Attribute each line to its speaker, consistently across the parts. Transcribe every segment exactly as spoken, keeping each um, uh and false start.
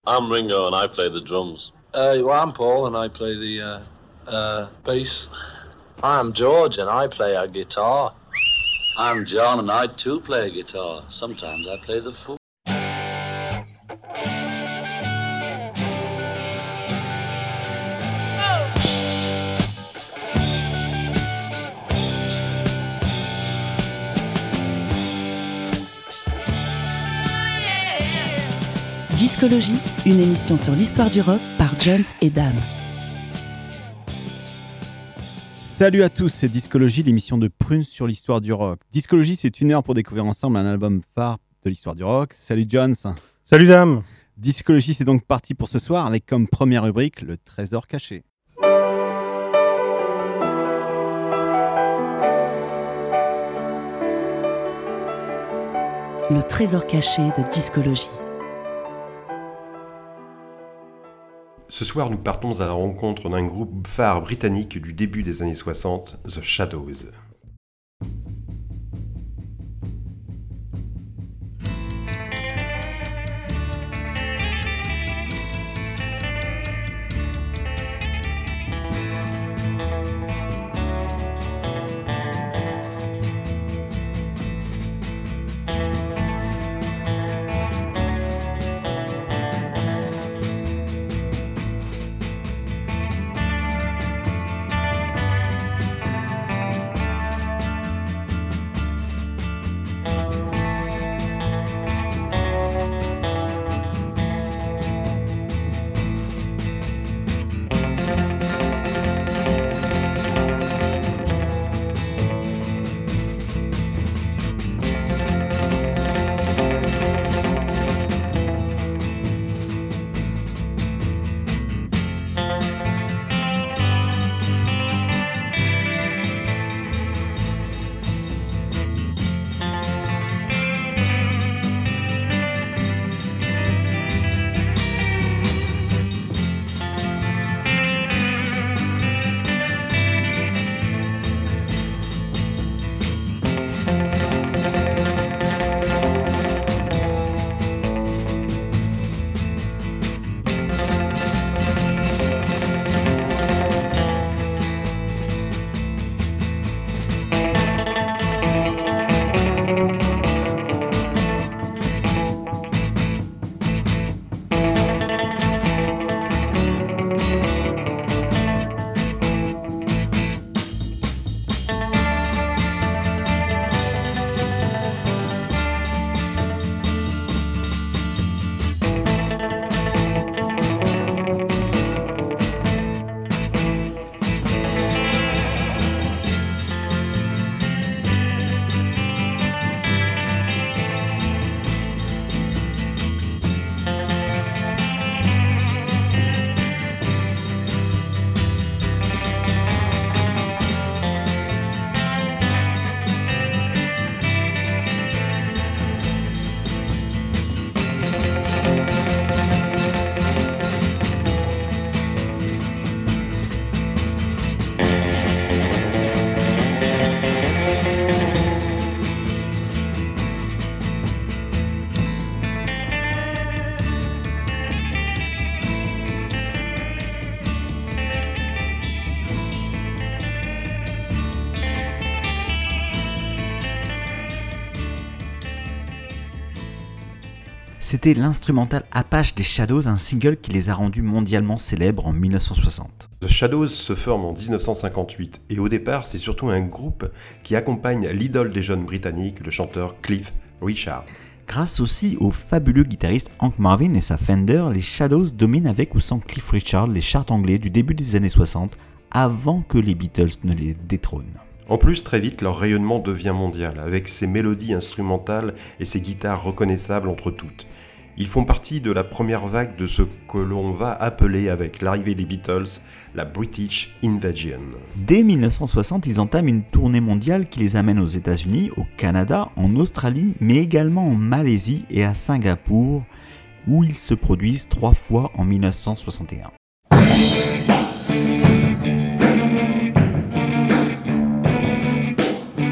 Speaker 1: I'm Ringo and I play the drums.
Speaker 2: Uh, well, I'm Paul and I play the uh, uh, bass.
Speaker 3: I'm George and I play a guitar.
Speaker 4: I'm John and I too play a guitar. Sometimes I play the fool.
Speaker 5: Discologie, une émission sur l'histoire du rock par Jones et Dame.
Speaker 6: Salut à tous, c'est Discologie, l'émission de Prune sur l'histoire du rock. Discologie, c'est une heure pour découvrir ensemble un album phare de l'histoire du rock. Salut Jones.
Speaker 7: Salut Dame.
Speaker 6: Discologie, c'est donc parti pour ce soir avec comme première rubrique le trésor caché.
Speaker 5: Le trésor caché de Discologie.
Speaker 8: Ce soir, nous partons à la rencontre d'un groupe phare britannique du début des années soixante, The Shadows.
Speaker 9: C'était l'instrumental Apache des Shadows, un single qui les a rendus mondialement célèbres en dix-neuf cent soixante.
Speaker 8: The Shadows se forme en dix-neuf cent cinquante-huit et au départ c'est surtout un groupe qui accompagne l'idole des jeunes britanniques, le chanteur Cliff Richard.
Speaker 9: Grâce aussi au fabuleux guitariste Hank Marvin et sa Fender, les Shadows dominent avec ou sans Cliff Richard les charts anglais du début des années soixante, avant que les Beatles ne les détrônent.
Speaker 8: En plus, très vite, leur rayonnement devient mondial, avec ses mélodies instrumentales et ses guitares reconnaissables entre toutes. Ils font partie de la première vague de ce que l'on va appeler, avec l'arrivée des Beatles, la British Invasion.
Speaker 9: Dès dix-neuf cent soixante, ils entament une tournée mondiale qui les amène aux États-Unis, au Canada, en Australie, mais également en Malaisie et à Singapour, où ils se produisent trois fois en dix-neuf cent soixante et un.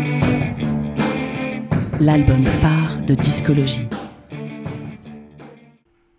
Speaker 5: L'album phare de Discologie.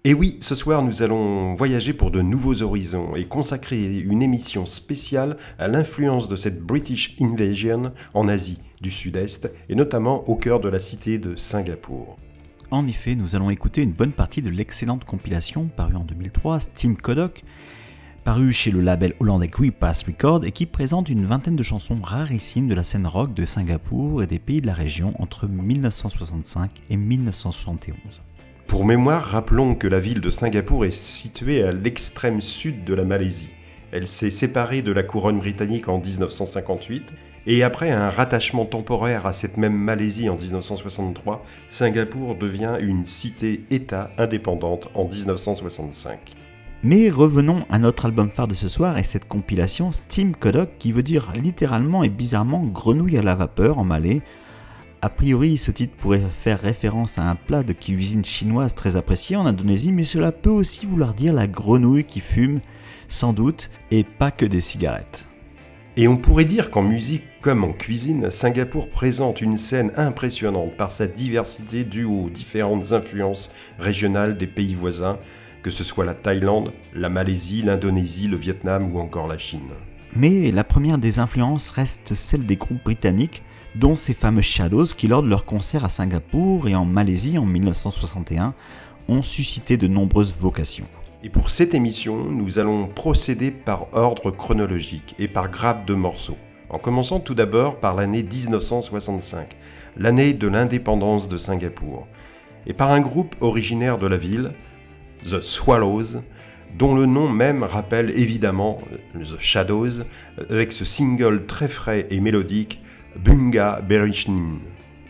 Speaker 8: Et oui, ce soir nous allons voyager pour de nouveaux horizons et consacrer une émission spéciale à l'influence de cette British Invasion en Asie du Sud-Est et notamment au cœur de la cité de Singapour.
Speaker 9: En effet, nous allons écouter une bonne partie de l'excellente compilation parue en deux mille trois, Steam Kodok, parue chez le label hollandais Creepass Records et qui présente une vingtaine de chansons rarissimes de la scène rock de Singapour et des pays de la région entre dix-neuf cent soixante-cinq et dix-neuf cent soixante et onze.
Speaker 8: Pour mémoire, rappelons que la ville de Singapour est située à l'extrême sud de la Malaisie. Elle s'est séparée de la couronne britannique en dix-neuf cent cinquante-huit et après un rattachement temporaire à cette même Malaisie en dix-neuf cent soixante-trois, Singapour devient une cité-État indépendante en dix-neuf cent soixante-cinq.
Speaker 9: Mais revenons à notre album phare de ce soir et cette compilation Steam Kodok qui veut dire littéralement et bizarrement grenouille à la vapeur en malais. A priori, ce titre pourrait faire référence à un plat de cuisine chinoise très apprécié en Indonésie, mais cela peut aussi vouloir dire la grenouille qui fume, sans doute, et pas que des cigarettes.
Speaker 8: Et on pourrait dire qu'en musique comme en cuisine, Singapour présente une scène impressionnante par sa diversité due aux différentes influences régionales des pays voisins, que ce soit la Thaïlande, la Malaisie, l'Indonésie, le Vietnam ou encore la Chine.
Speaker 9: Mais la première des influences reste celle des groupes britanniques, dont ces fameux Shadows qui, lors de leur concert à Singapour et en Malaisie en dix-neuf cent soixante et un, ont suscité de nombreuses vocations.
Speaker 8: Et pour cette émission, nous allons procéder par ordre chronologique et par grappe de morceaux, en commençant tout d'abord par l'année dix-neuf cent soixante-cinq, l'année de l'indépendance de Singapour, et par un groupe originaire de la ville, The Swallows, dont le nom même rappelle évidemment The Shadows, avec ce single très frais et mélodique, Bunga Berishnin.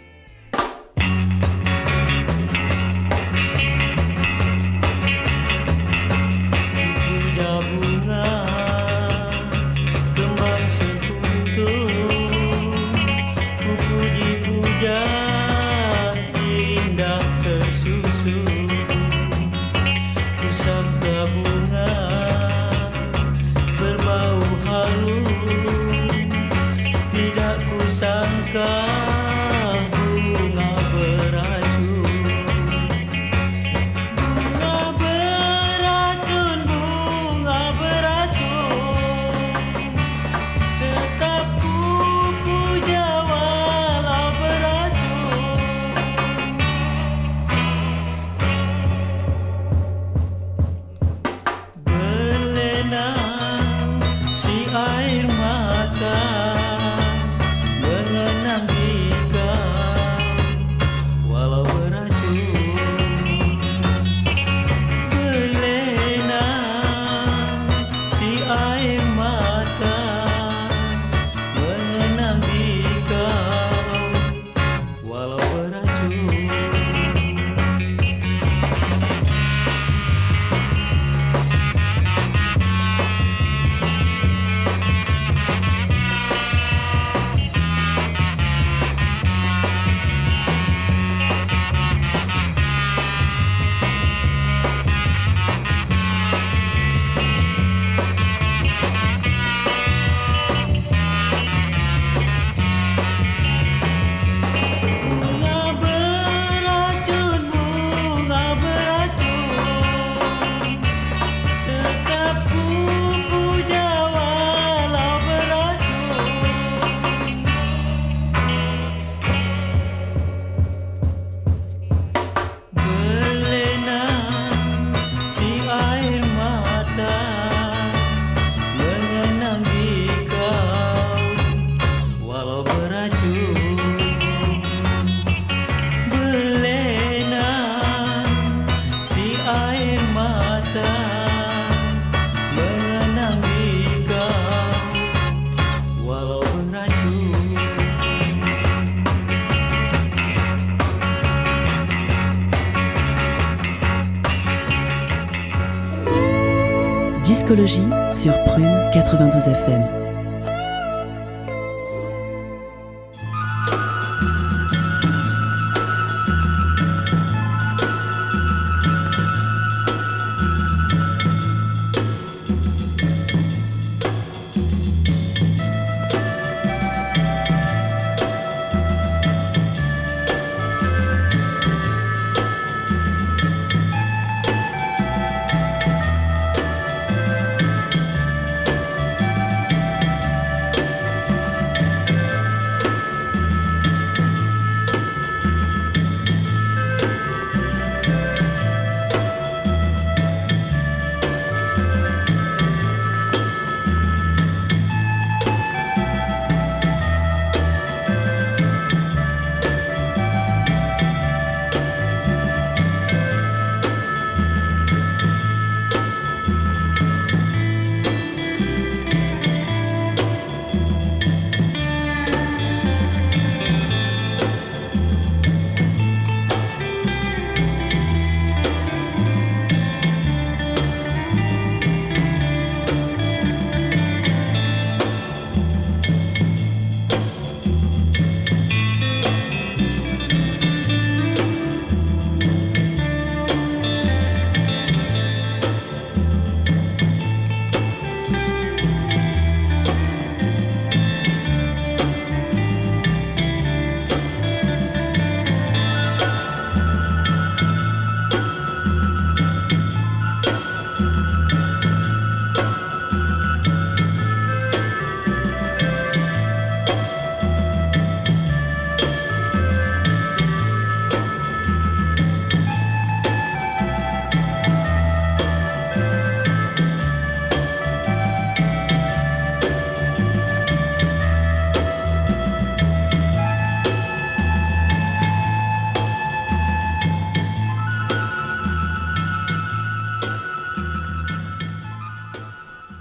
Speaker 5: Discologie sur Prune quatre-vingt-douze F M.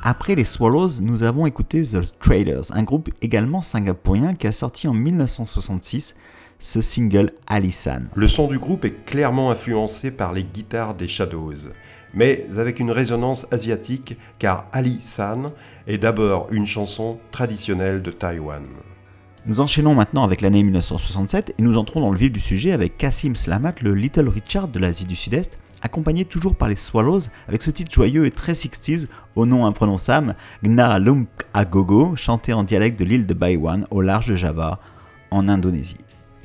Speaker 9: Après les Swallows, nous avons écouté The Traders, un groupe également singapourien qui a sorti en dix-neuf cent soixante-six ce single Alisan.
Speaker 8: Le son du groupe est clairement influencé par les guitares des Shadows, mais avec une résonance asiatique car Alisan est d'abord une chanson traditionnelle de Taïwan.
Speaker 9: Nous enchaînons maintenant avec l'année dix-neuf cent soixante-sept et nous entrons dans le vif du sujet avec Kassim Slamat, le Little Richard de l'Asie du Sud-Est, accompagné toujours par les Swallows avec ce titre joyeux et très sixties au nom imprononçable Gna Lump Agogo, chanté en dialecte de l'île de Baiwan au large de Java en Indonésie.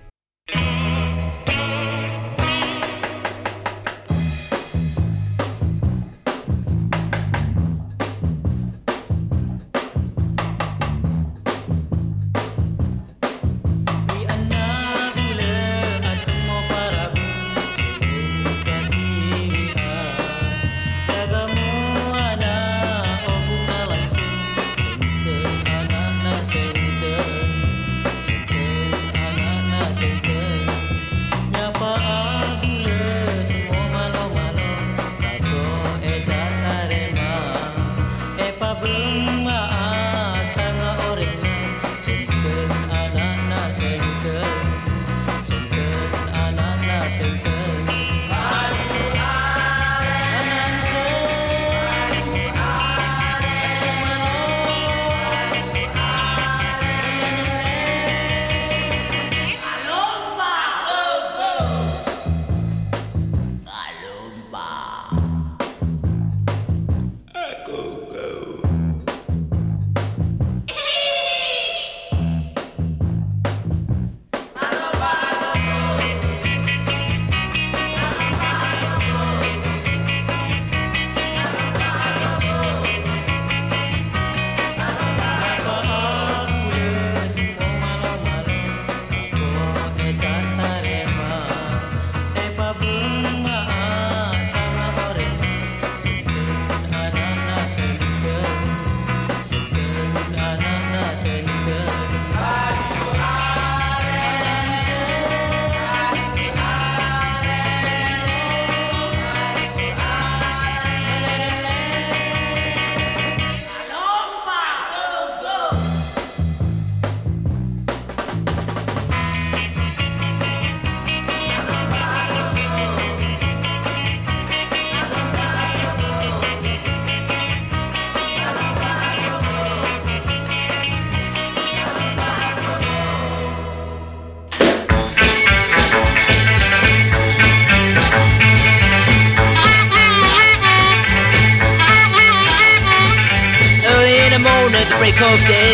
Speaker 7: Break of day.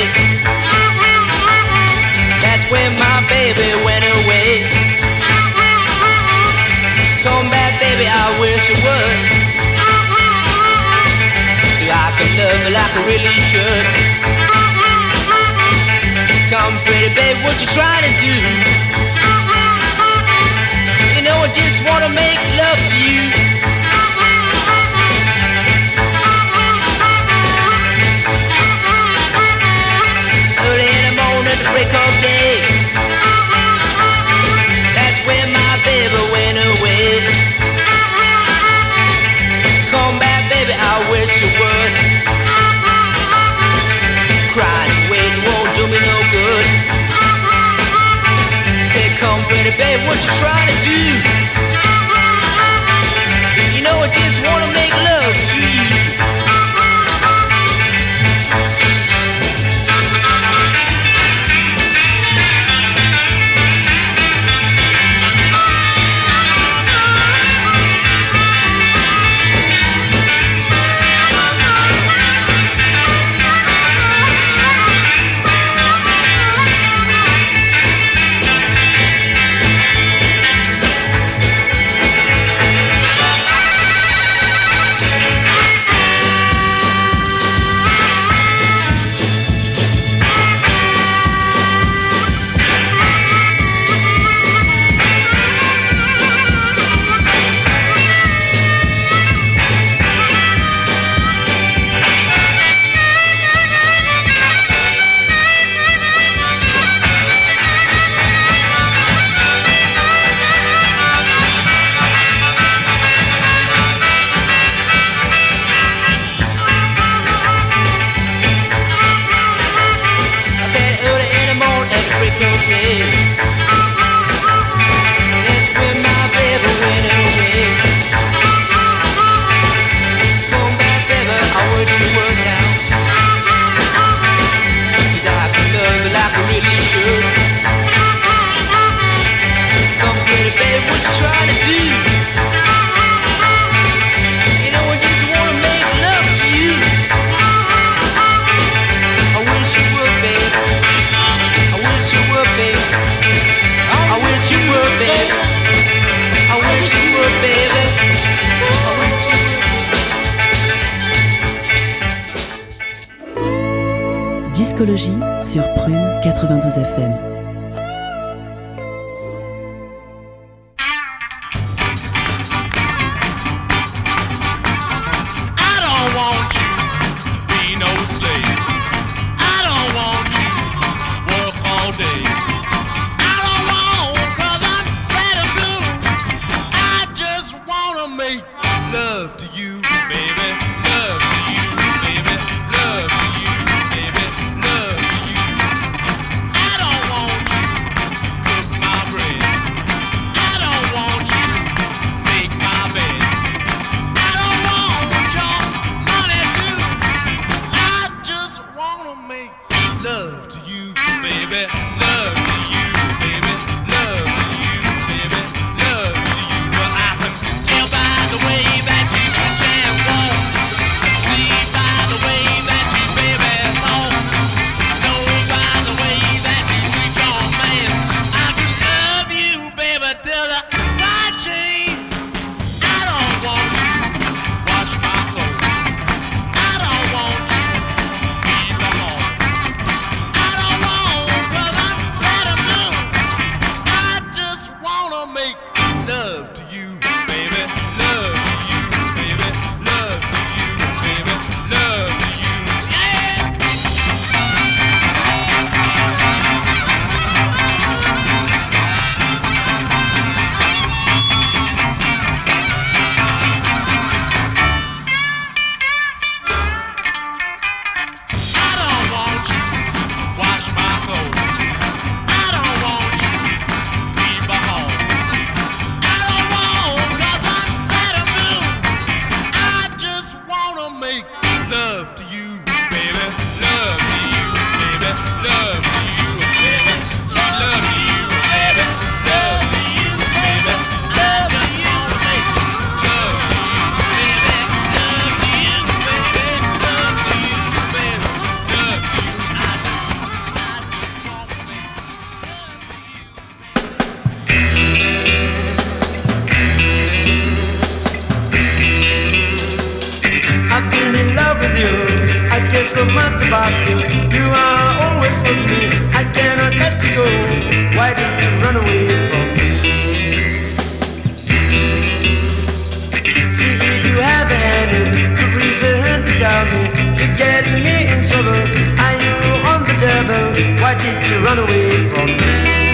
Speaker 7: That's when my baby went away. Come back, baby, I wish you would. So I can love you like I really should. Come, pretty baby, what you trying to do? You know I just wanna make love to you. At the break of day, that's when my baby went away. Come back, baby, I wish you would. Crying and waiting won't do me no good. Say, come, pretty baby, what you trying to do?
Speaker 5: Discologie sur Prune quatre-vingt-douze F M.
Speaker 10: so much about you. You are always with me. I cannot let you go. Why did you run away from me? See if you have any good reason to tell me. You're getting me in trouble. Are you on the devil? Why did you run away from me?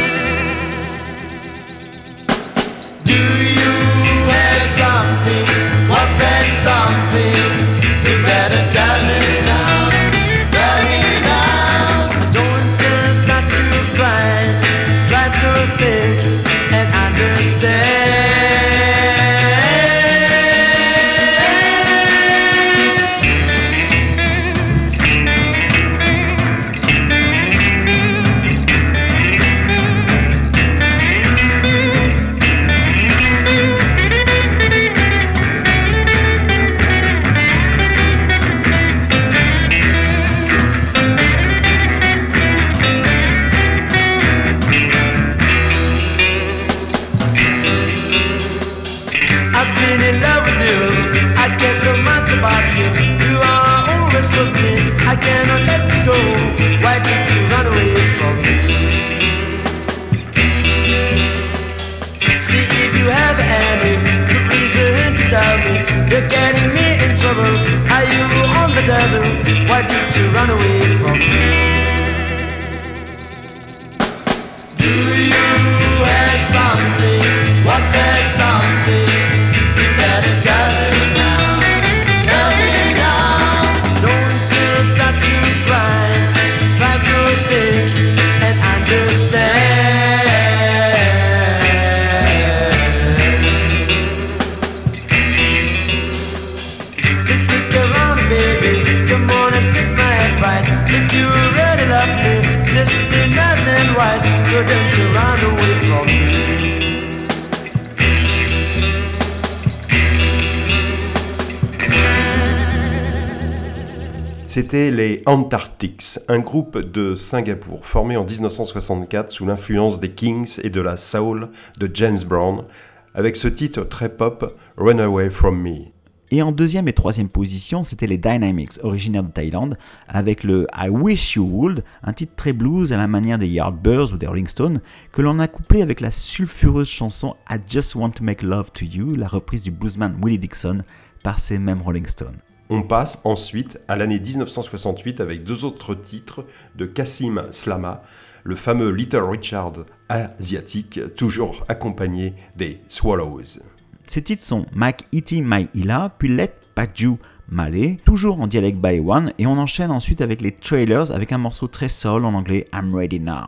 Speaker 10: Do you have something? What's that something? You better tell me now. Tell me now. Don't just start to cry. Try to think and understand. I cannot let you go. Why did you run away from me? See if you have any good reason to tell me. You're getting me in trouble. Are you on the devil? Why did you run away from me? Do you have something? What's that something? You better tell me now. Tell me now. Don't just start to cry. Try to think and understand. Just stick around, baby. Come on and take my advice. If you really love me, just be nice and wise. So don't you run away from me.
Speaker 8: C'était les Antarctics, un groupe de Singapour formé en dix-neuf cent soixante-quatre sous l'influence des Kings et de la soul de James Brown, avec ce titre très pop, Run Away From Me.
Speaker 9: Et en deuxième et troisième position, c'était les Dynamics, originaires de Thaïlande, avec le I Wish You Would, un titre très blues à la manière des Yardbirds ou des Rolling Stones, que l'on a couplé avec la sulfureuse chanson I Just Want to Make Love to You, la reprise du bluesman Willie Dixon par ces mêmes Rolling Stones.
Speaker 8: On passe ensuite à l'année dix-neuf cent soixante-huit avec deux autres titres de Kassim Slama, le fameux Little Richard asiatique, toujours accompagné des Swallows.
Speaker 9: Ces titres sont Mac Iti Mai Ila, puis Let Paju Malay, toujours en dialecte baïwan, et on enchaîne ensuite avec les Trailers avec un morceau très soul en anglais I'm Ready Now.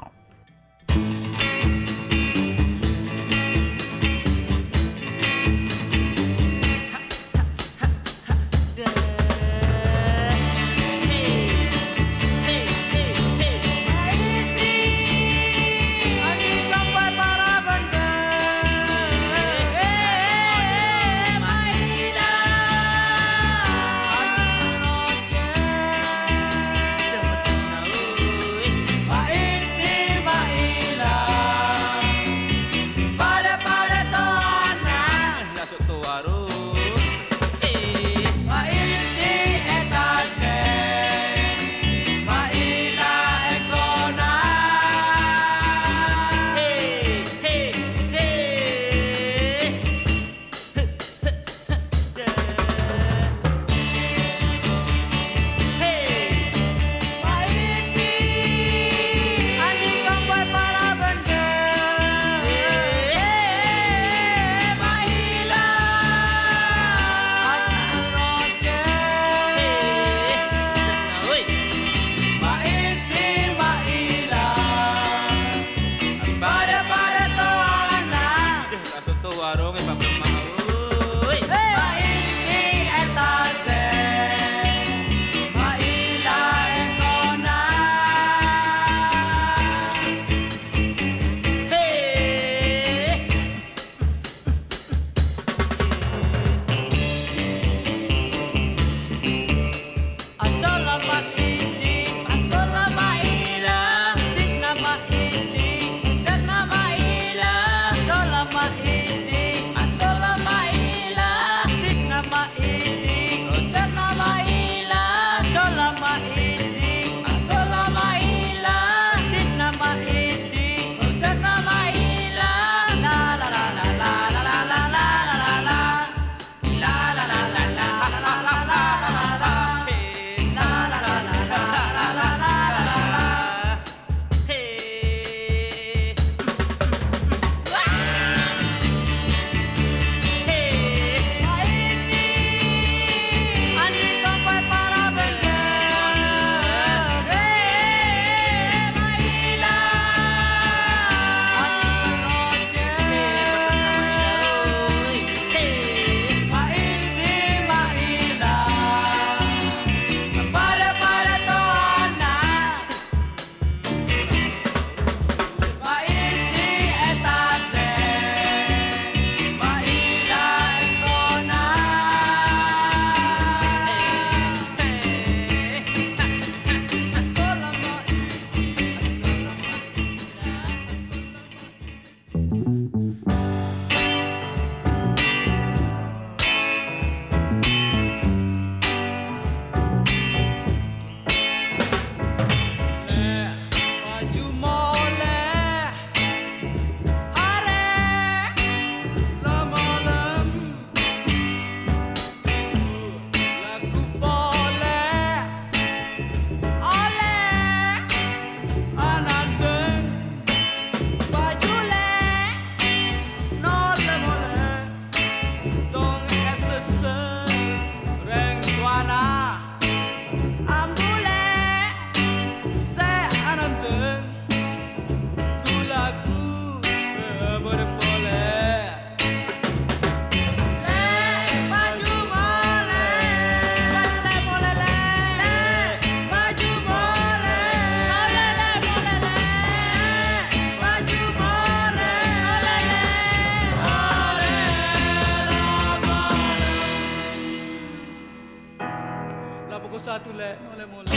Speaker 10: satu le, mole mole.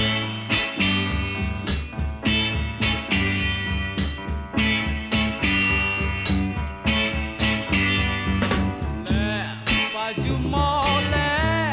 Speaker 10: Le, baju mole.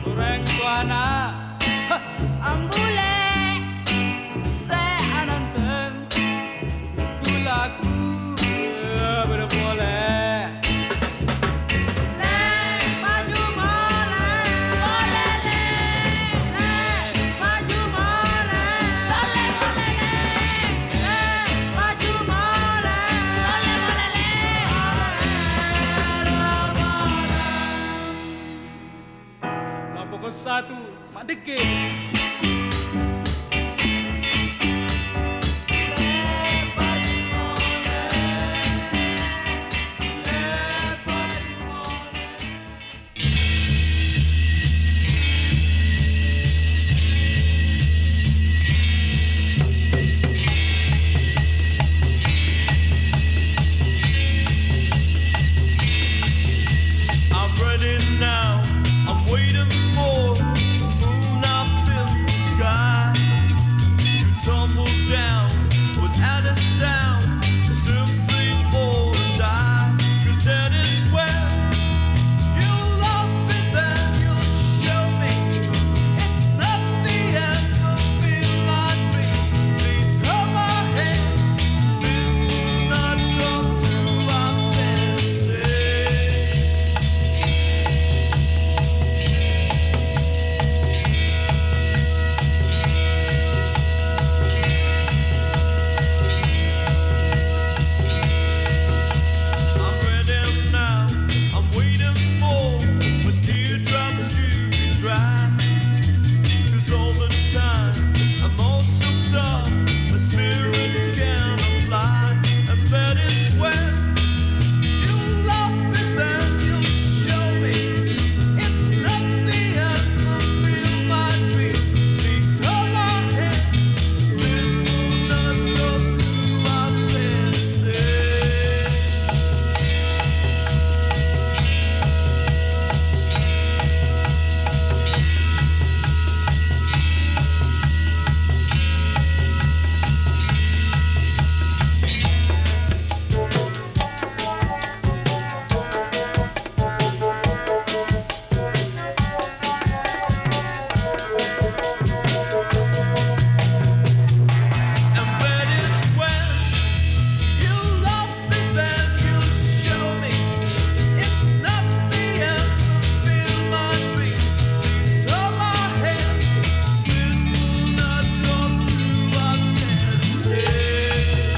Speaker 10: Goreng tuana ang bule sa ananten kulaku berboleh. Pokok satu, mak deket. I'm ready now. I'm waiting for moon up in the sky to tumble down without a sound, to simply fall and die. 'Cause that is when you love me, then you'll show me it's not the end of me, my dream. Please hold my hand, this will not come true, I'm sensitive. I'm ready now, I'm waiting for my teardrops to be dry. 'Cause all the time I'm all so tough, my spirits cannot fly. And that is when you love me, then you'll show me it's not the end of me, my dreams. Please hold my hand, this will not come true, I'm sensitive. And that is when you love me, then you'll show me it's not the end of me, my dreams. Please hold my hand, this will not come true, I'm sensitive.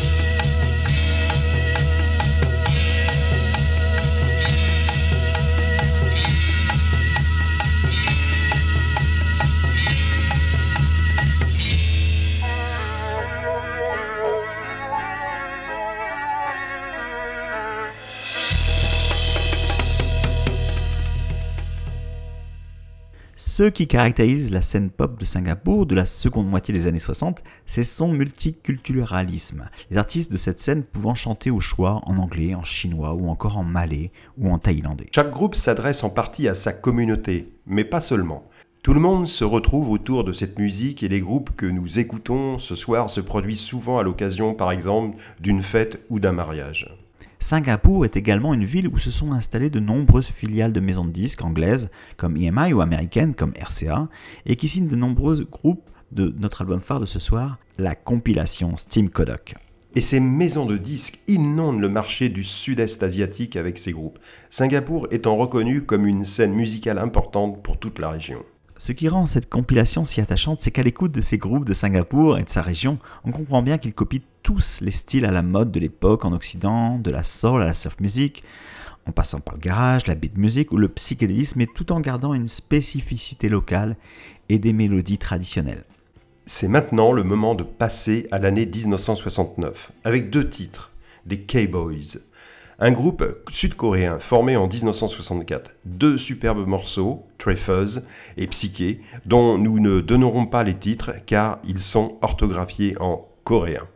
Speaker 9: Ce qui caractérise la scène pop de Singapour de la seconde moitié des années soixante, c'est son multiculturalisme. Les artistes de cette scène pouvant chanter au choix en anglais, en chinois ou encore en malais ou en thaïlandais.
Speaker 8: Chaque groupe s'adresse en partie à sa communauté, mais pas seulement. Tout le monde se retrouve autour de cette musique et les groupes que nous écoutons ce soir se produisent souvent à l'occasion, par exemple, d'une fête ou d'un mariage.
Speaker 9: Singapour est également une ville où se sont installées de nombreuses filiales de maisons de disques anglaises comme E M I ou américaines comme R C A et qui signent de nombreux groupes de notre album phare de ce soir, la compilation Steam Kodok.
Speaker 8: Et ces maisons de disques inondent le marché du sud-est asiatique avec ces groupes, Singapour étant reconnu comme une scène musicale importante pour toute la région.
Speaker 9: Ce qui rend cette compilation si attachante, c'est qu'à l'écoute de ces groupes de Singapour et de sa région, on comprend bien qu'ils copient tous les styles à la mode de l'époque en Occident, de la soul à la surf music, en passant par le garage, la beat music ou le psychédélisme, mais tout en gardant une spécificité locale et des mélodies traditionnelles.
Speaker 8: C'est maintenant le moment de passer à l'année dix-neuf cent soixante-neuf, avec deux titres, des K-Boys. Un groupe sud-coréen formé en dix-neuf cent soixante-quatre, deux superbes morceaux, Très Fuzz et Psyché, dont nous ne donnerons pas les titres car ils sont orthographiés en coréen.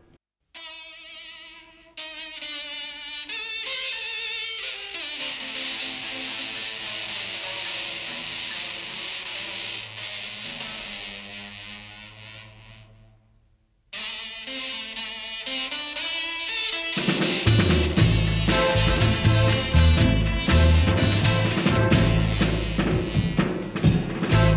Speaker 10: Thank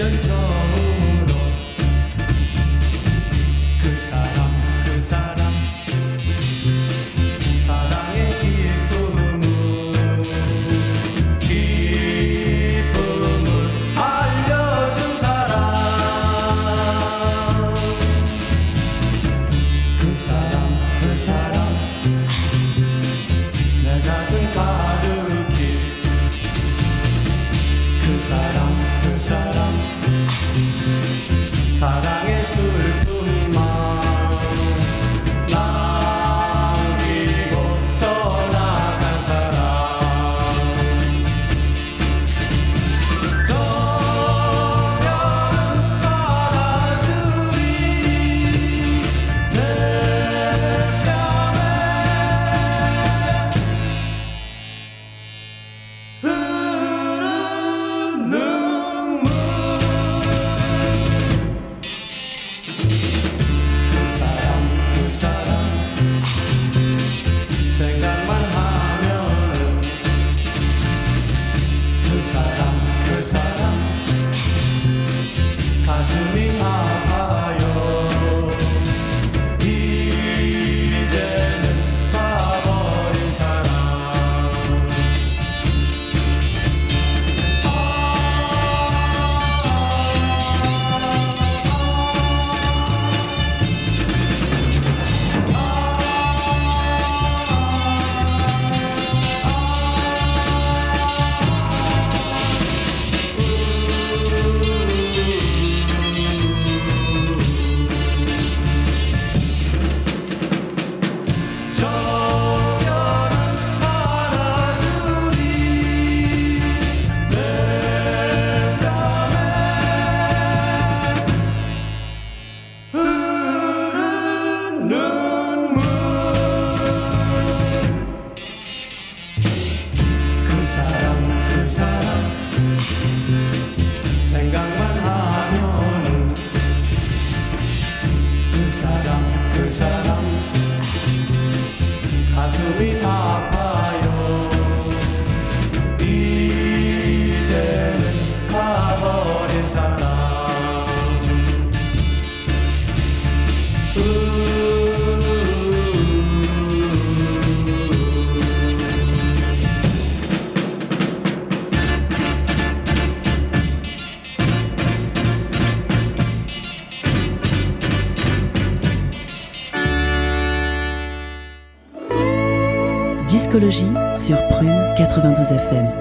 Speaker 10: 오래전 처음으로 그 사람 그 사람 사랑의 기쁨을 기쁨을 알려준 사람 그 사람 그 사람 내 가슴 가득히 그 사람 그 사람 사랑의 슬픔만 남기고 떠나간 사람 저 별은 바라들이 내 뺨에 흐르는 눈물 그 사람 그 사람 생각만 하면은 그 사람 그 사람 가슴이 아파요 이제는 가버린 사람 저 별은 바라주리 내 뺨에 흐르는 눈물 그 사람 그 사람 생각만 하면은 그 사람 그 사람 가슴이 아파요 이제는 가버린 사람
Speaker 5: Discologie sur Prune quatre-vingt-douze F M.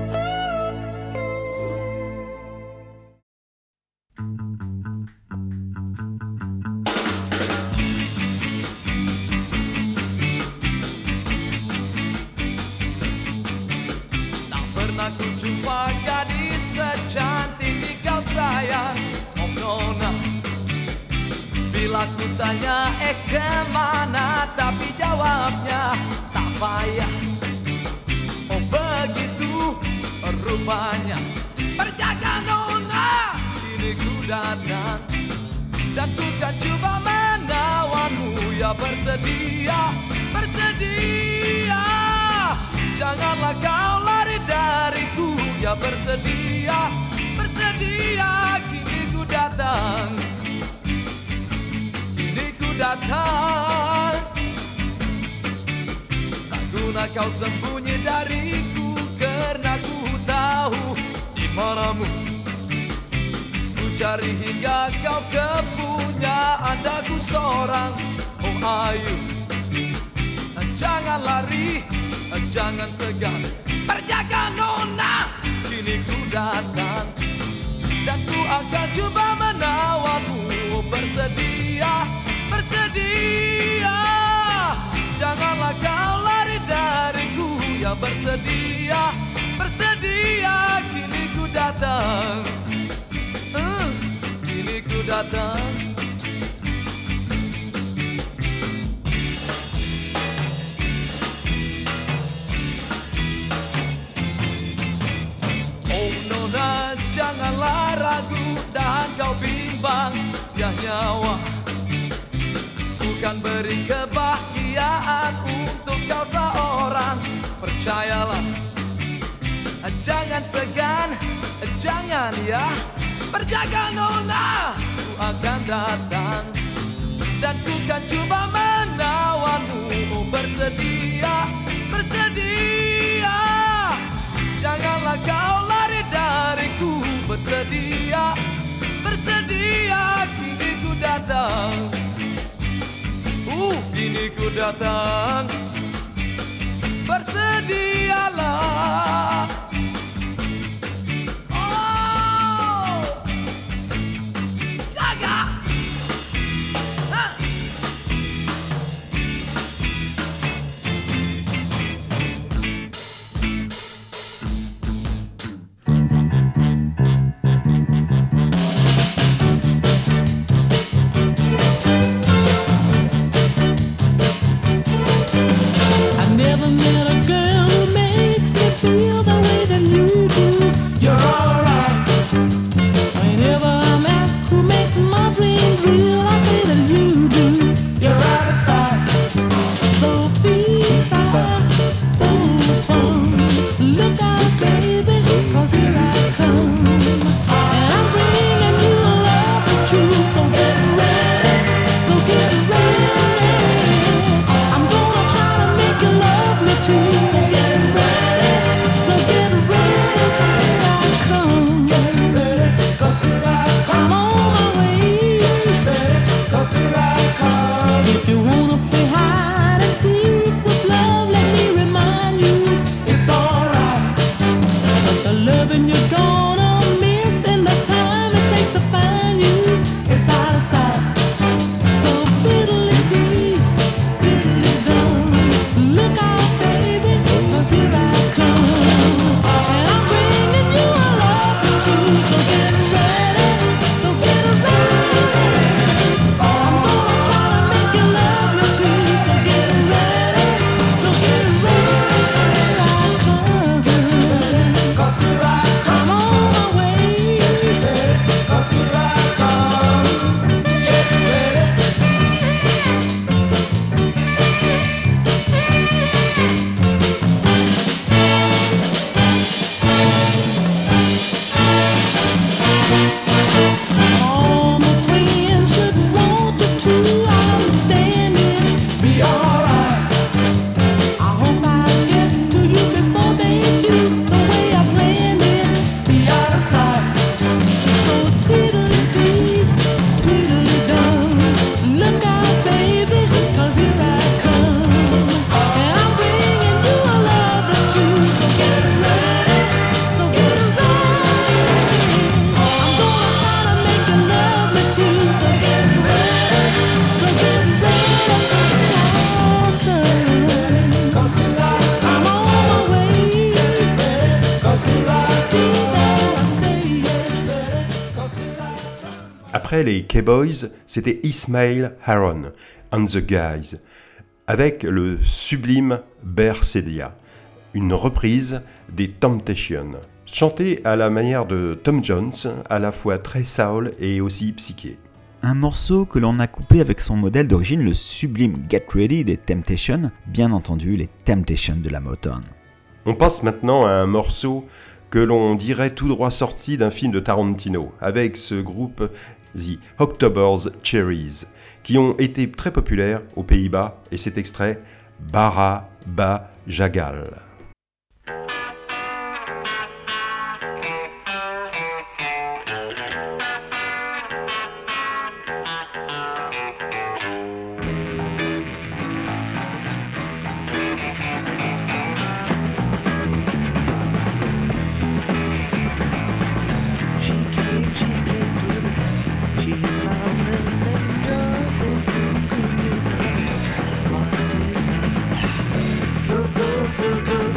Speaker 7: Tak pernah ku jumpa gadis secantik kau sayang, oh Nona. Bila ku tanya eh kemana, tapi jawabnya tak payah. Oh begitu rupanya, berjaga Nona. Kini ku datang dan ku kan coba menawanmu, ya bersedia, bersedia. Janganlah kau lari dariku, ya bersedia, bersedia. Kini ku datang, kini ku datang. Tak guna kau sembunyi dariku, karena ku tahu di manamu. Ku cari hingga kau kepunyaan daku seorang, oh ayu. Jangan lari, jangan segan, berjaga Nona. Kini ku datang dan ku akan coba menawanmu, bersedia, bersedia. Janganlah kau lari dariku, ya bersedia, bersedia. Kini ku datang, uh, kini ku datang. Janganlah ragu dan kau bimbang, ya nyawa. Bukan beri kebahagiaan untuk kau seorang, percayalah. Jangan segan, jangan ya,
Speaker 10: berjaga nona, ku akan datang dan ku kan coba menawanmu. Bersedia, bersedia, janganlah kau lari dariku. Bersedia, bersedia, kini ku datang. Uh, kini ku datang. Bersedialah. Oh, jaga. Hah.
Speaker 7: I never met a girl who makes me feel the way that you do. You're alright. Whenever I'm asked who makes my dream real, I say that you do. You're out of sight. So fever, boom, boom. Look out, baby, 'cause here I come. And I'm bringing you a love that's true. So get ready, so get ready. I'm gonna try to make you love me too. So get ready, so get ready. Here I come. Get ready, 'cause here I come. I'm on my way. Get ready, 'cause here I come. If you wanna play hide and seek with love, let me remind you, it's alright. But the loving you're gonna miss and the time it takes to find you, it's out of sight. So fiddly dee, fiddly dum. Look out, baby, 'cause here I come. And I'm bringing you a love that's true. So get ready, so get ready. I'm gonna try to make you love me too. So get ready, so get ready. Here I come. 'Cause here I come. I'm on my way. Get ready, 'cause here I come. Get ready. All my friends should want you to understand it. Be alright. I hope I get to you before they do the way I planned it. Be out of sight. So tweedledee, tweedledum. Look out, baby, 'cause here I come. And I'm bringing you a love that's true. So get ready, so get ready. I'm gonna try to make you love me too. So get ready, so get ready. I'll come. 'Cause here I come. I'm on my way. Get ready, 'cause here I come. I'll stay. Get ready, 'cause here I come.
Speaker 8: Après les K-Boys, c'était Ismail Haron and the Guys, avec le sublime Bersedia, une reprise des Temptations, chantée à la manière de Tom Jones, à la fois très soul et aussi psyché.
Speaker 9: Un morceau que l'on a coupé avec son modèle d'origine, le sublime Get Ready des Temptations, bien entendu les Temptations de la Motown.
Speaker 8: On passe maintenant à un morceau que l'on dirait tout droit sorti d'un film de Tarantino, avec ce groupe The October's Cherries, qui ont été très populaires aux Pays-Bas, et cet extrait Bara Ba Jagal.
Speaker 10: She came, she came,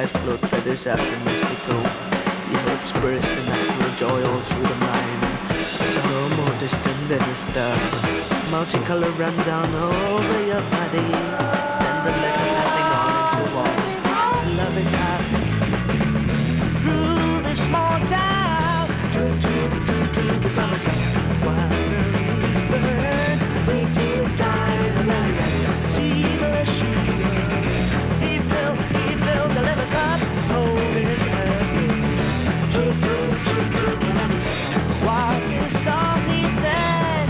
Speaker 11: life float feathers after mystical. He hopes burst the natural joy all through the mind. Sorrow more distant than a star. Multicolor run down over your body. Then the letter passing on into all. Love is happening through this small town. To, to, to, to the summer's wild bird. Wait till time and see where she goes. He filled, he filled the liver cup, holding her. Choo choo choo choo. While his song he said,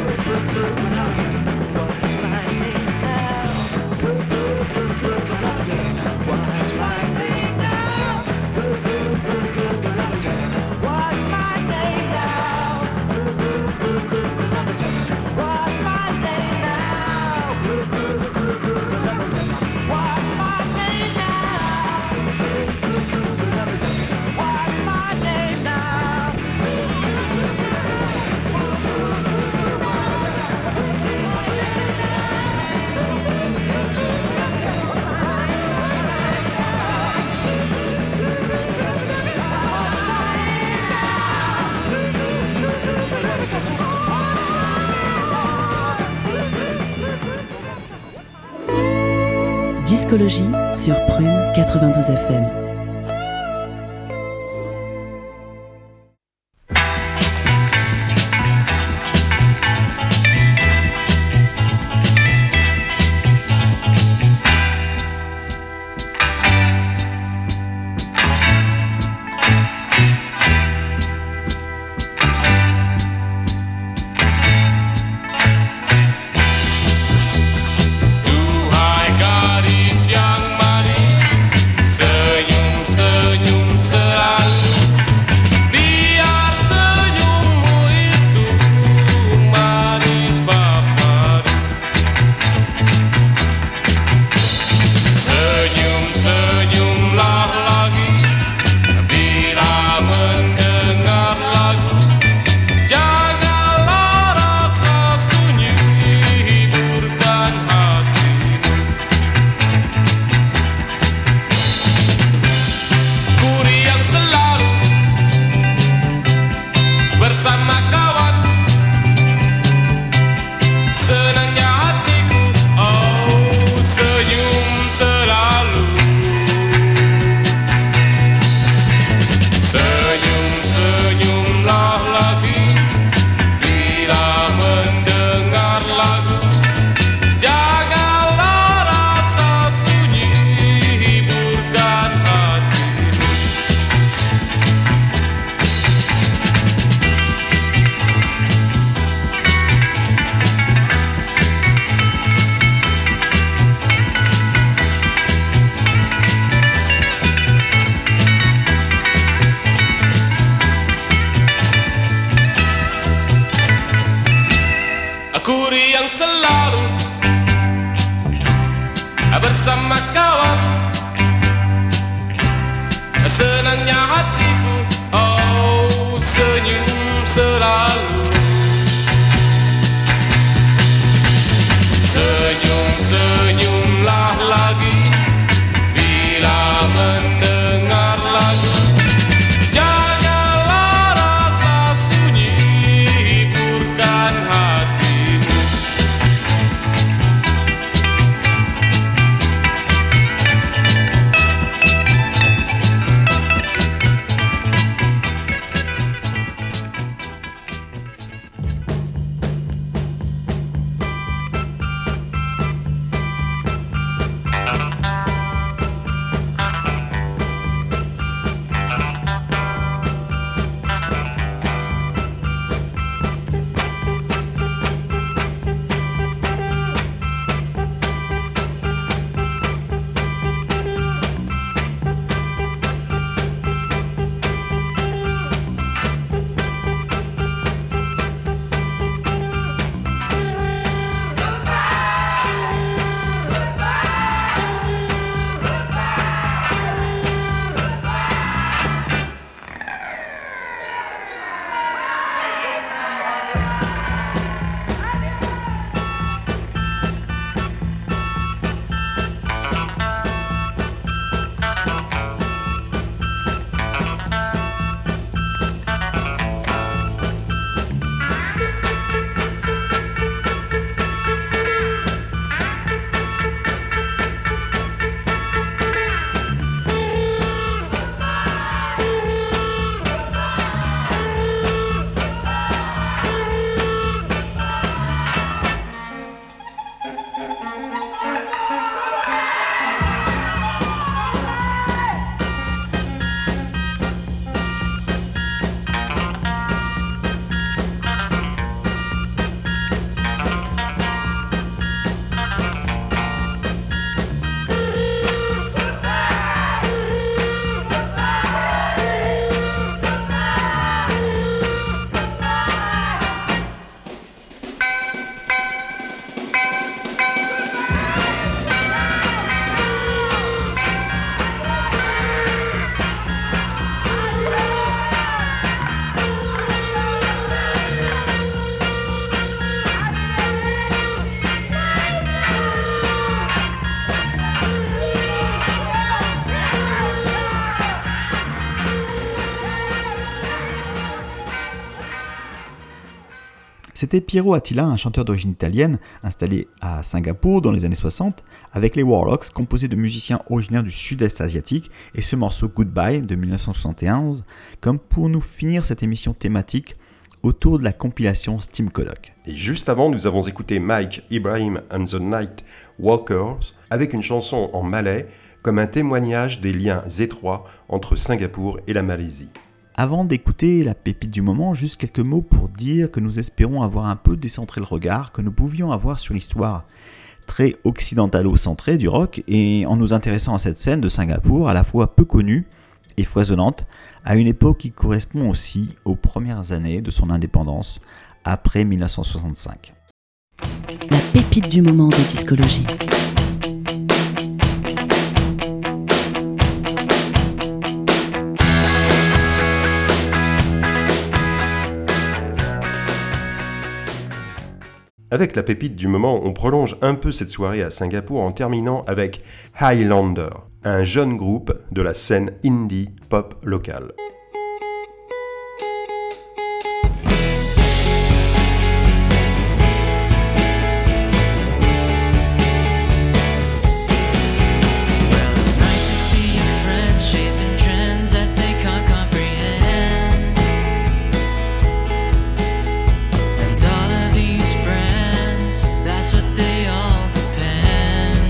Speaker 11: what's my name now? What's my name now? What's my name now? What's my name now? What's my name now? What's my name now?
Speaker 5: Discologie sur Prune quatre-vingt-douze F M.
Speaker 10: Duhai gadis yang manis, senyum-senyum selalu. Biar senyummu itu manis papadu. Senyum-senyumlah lagi bila mendengar lagu. Janganlah rasa sunyi, hiburkan hatimu. Kuri yang selalu bersama kawan, senangnya hatiku, oh senyum selalu. Senyum-senyumlah lagi bila mendengar lagu. Janganlah rasa sunyi, hiburkan hatimu. Kuri yang selalu bersama kawan, senangnya hatiku, oh senyum selalu. Senyum-senyumlah lagi bila mendengar lagu. Janganlah rasa sunyi, hiburkan hatimu.
Speaker 9: C'était Piero Attila, un chanteur d'origine italienne, installé à Singapour dans les années soixante, avec les Warlocks, composé de musiciens originaires du sud-est asiatique, et ce morceau Goodbye de dix-neuf cent soixante et onze, comme pour nous finir cette émission thématique autour de la compilation Steam Coloc.
Speaker 8: Et juste avant, nous avons écouté Mike, Ibrahim and the Night Walkers avec une chanson en malais comme un témoignage des liens étroits entre Singapour et la Malaisie.
Speaker 9: Avant d'écouter la pépite du moment, juste quelques mots pour dire que nous espérons avoir un peu décentré le regard que nous pouvions avoir sur l'histoire très occidentalo-centrée du rock, et en nous intéressant à cette scène de Singapour à la fois peu connue et foisonnante, à une époque qui correspond aussi aux premières années de son indépendance, après dix-neuf cent soixante-cinq.
Speaker 5: La pépite du moment de discologie.
Speaker 8: Avec la pépite du moment, on prolonge un peu cette soirée à Singapour en terminant avec Highlander, un jeune groupe de la scène indie pop locale.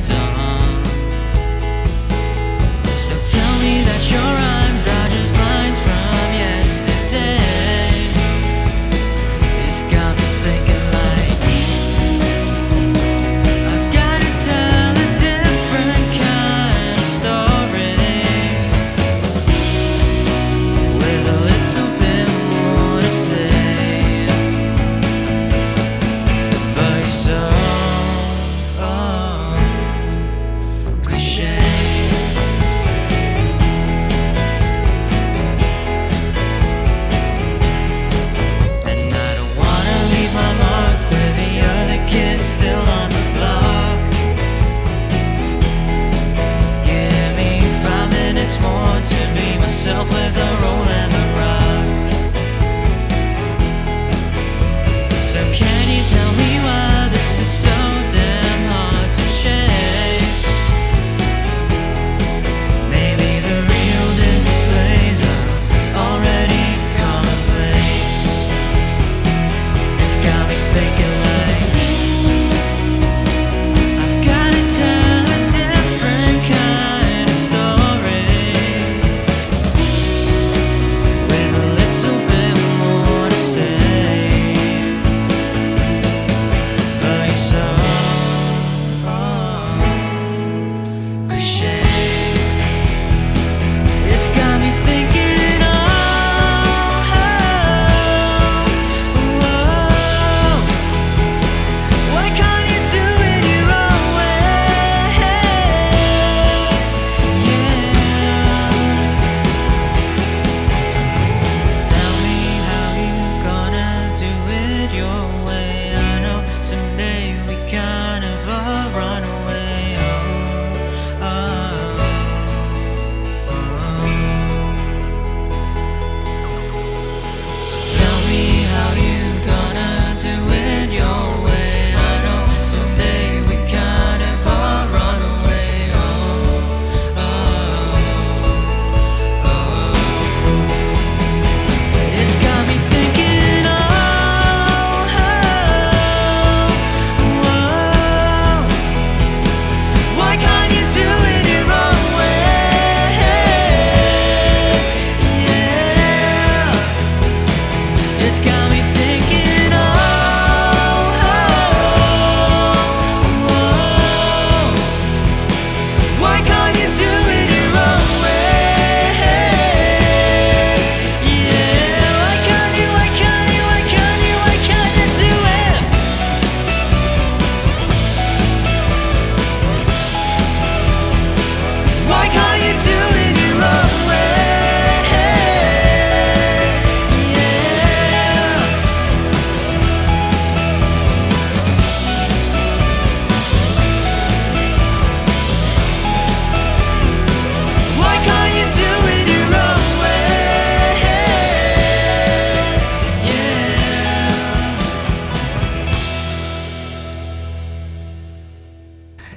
Speaker 7: Your rhymes are just lines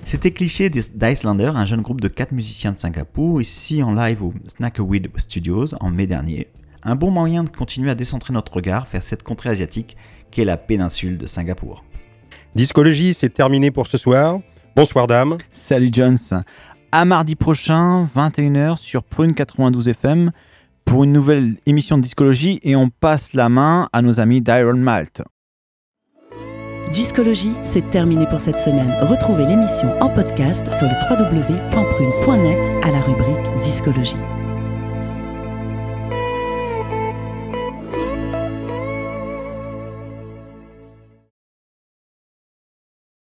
Speaker 9: C'était Cliché d'Icelander, un jeune groupe de quatre musiciens de Singapour, ici en live au Snackerweed Studios en mai dernier. Un bon moyen de continuer à décentrer notre regard vers cette contrée asiatique qu'est la péninsule de Singapour.
Speaker 12: Discologie, c'est terminé pour ce soir. Bonsoir Dame.
Speaker 6: Salut Jones. À mardi prochain, vingt et une heures sur Prune quatre-vingt-douze F M pour une nouvelle émission de Discologie et on passe la main à nos amis d'Iron Malt.
Speaker 5: Discologie, c'est terminé pour cette semaine. Retrouvez l'émission en podcast sur le w w w point prune point net à la rubrique Discologie.